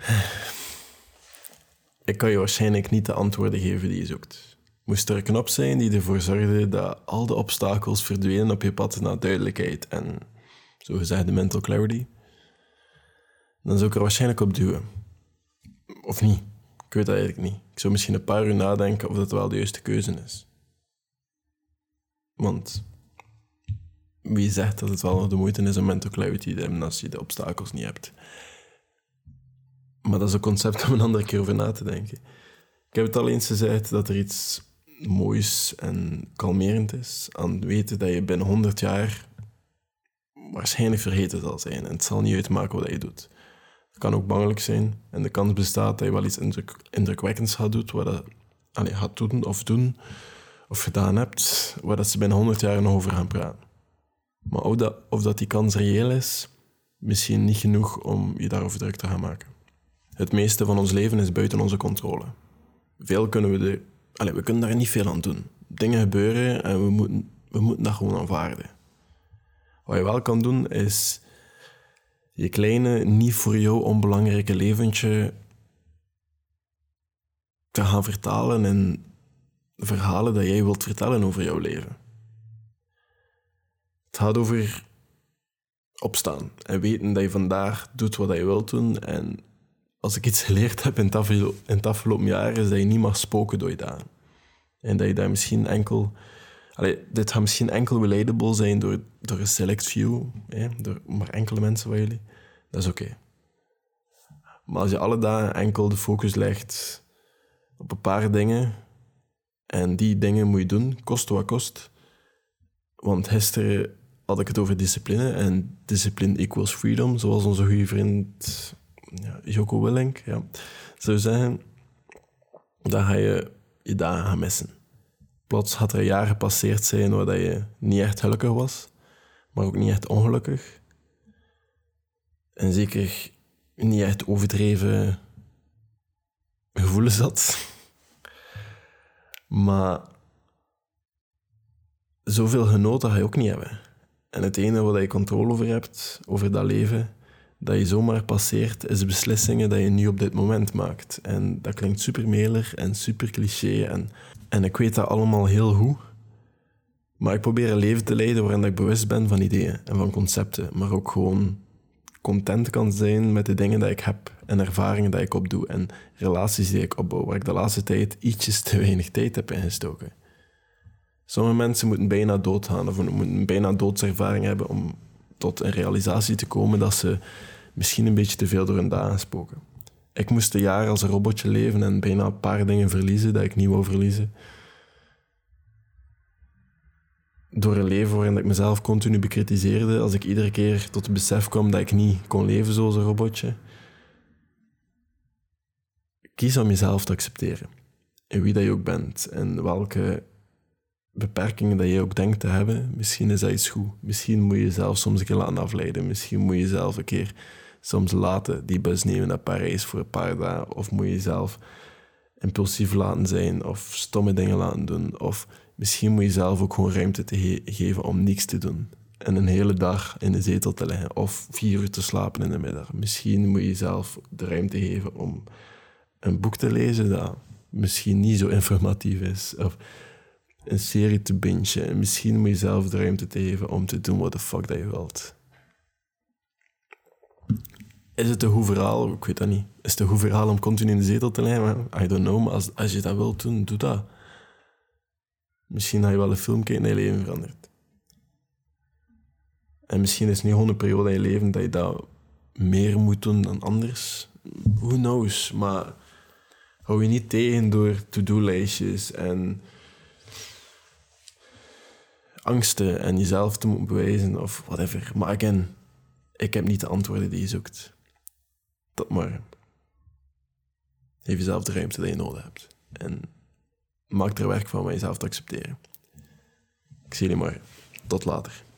Ik kan je waarschijnlijk niet de antwoorden geven die je zoekt. Moest er een knop zijn die ervoor zorgde dat al de obstakels verdwenen op je pad naar duidelijkheid en zogezegde mental clarity, dan zou ik er waarschijnlijk op duwen. Of niet. Ik weet dat eigenlijk niet. Ik zou misschien een paar uur nadenken of dat wel de juiste keuze is. Want wie zegt dat het wel nog de moeite is om mental clarity te hebben als je de obstakels niet hebt? Maar dat is een concept om een andere keer over na te denken. Ik heb het al eens gezegd dat er iets moois en kalmerend is aan weten dat je binnen 100 jaar waarschijnlijk vergeten zal zijn. En het zal niet uitmaken wat je doet. Het kan ook bangelijk zijn. En de kans bestaat dat je wel iets indrukwekkends gaat doen of gedaan hebt, waar dat ze binnen 100 jaar nog over gaan praten. Maar of dat die kans reëel is, misschien niet genoeg om je daarover druk te gaan maken. Het meeste van ons leven is buiten onze controle. We kunnen daar niet veel aan doen. Dingen gebeuren en we moeten dat gewoon aanvaarden. Wat je wel kan doen, is je kleine, niet voor jou onbelangrijke leventje te gaan vertalen in verhalen dat jij wilt vertellen over jouw leven. Het gaat over opstaan en weten dat je vandaag doet wat je wilt doen. En als ik iets geleerd heb in het afgelopen jaar, is dat je niet mag spoken door je dagen. En dat je daar misschien enkel... dit gaat misschien enkel relatable zijn door een select few, door maar enkele mensen van jullie. Dat is oké. Maar als je alle dagen enkel de focus legt op een paar dingen, en die dingen moet je doen, kost wat kost. Want gisteren had ik het over discipline, en discipline equals freedom, zoals onze goede vriend Jocko Willink zou zeggen. Dan ga je je dagen gaan missen. Plots had er een jaar gepasseerd zijn waar je niet echt gelukkig was, maar ook niet echt ongelukkig. En zeker niet echt overdreven gevoelens had. Maar zoveel genoten ga je ook niet hebben. En het enige waar je controle over hebt, over dat leven, dat je zomaar passeert, is de beslissingen dat je nu op dit moment maakt. En dat klinkt super melig en super cliché. En ik weet dat allemaal heel goed. Maar ik probeer een leven te leiden waarin ik bewust ben van ideeën en van concepten. Maar ook gewoon content kan zijn met de dingen die ik heb en ervaringen die ik opdoe en relaties die ik opbouw, waar ik de laatste tijd ietsjes te weinig tijd heb ingestoken. Sommige mensen moeten bijna doodgaan of moeten een bijna doodservaring hebben om tot een realisatie te komen dat ze misschien een beetje te veel door hun dagen spoken. Ik moest een jaar als een robotje leven en bijna een paar dingen verliezen dat ik niet wou verliezen. Door een leven waarin ik mezelf continu bekritiseerde als ik iedere keer tot het besef kwam dat ik niet kon leven zoals een robotje. Kies om jezelf te accepteren. En wie dat je ook bent en welke beperkingen dat je ook denkt te hebben, misschien is dat iets goed. Misschien moet je jezelf soms een keer laten afleiden. Misschien moet je jezelf een keer soms laten die bus nemen naar Parijs voor een paar dagen. Of moet je jezelf impulsief laten zijn of stomme dingen laten doen. Of misschien moet je jezelf ook gewoon ruimte te geven om niks te doen. En een hele dag in de zetel te liggen. Of 4 uur te slapen in de middag. Misschien moet je jezelf de ruimte geven om een boek te lezen dat misschien niet zo informatief is. Of een serie te bingen. En misschien moet je jezelf de ruimte te geven om te doen wat de fuck dat je wilt. Is het een goed verhaal? Ik weet dat niet. Is het een goed verhaal om continu in de zetel te liggen? I don't know, maar als je dat wilt doen, doe dat. Misschien ga je wel een film kijken dat je leven verandert. En misschien is het niet gewoon een periode in je leven dat je dat meer moet doen dan anders. Who knows? Maar hou je niet tegen door to-do-lijstjes en angsten en jezelf te moeten bewijzen of whatever. Maar again, ik heb niet de antwoorden die je zoekt. Tot morgen. Geef jezelf de ruimte die je nodig hebt. En maak er werk van om jezelf te accepteren. Ik zie jullie morgen. Tot later.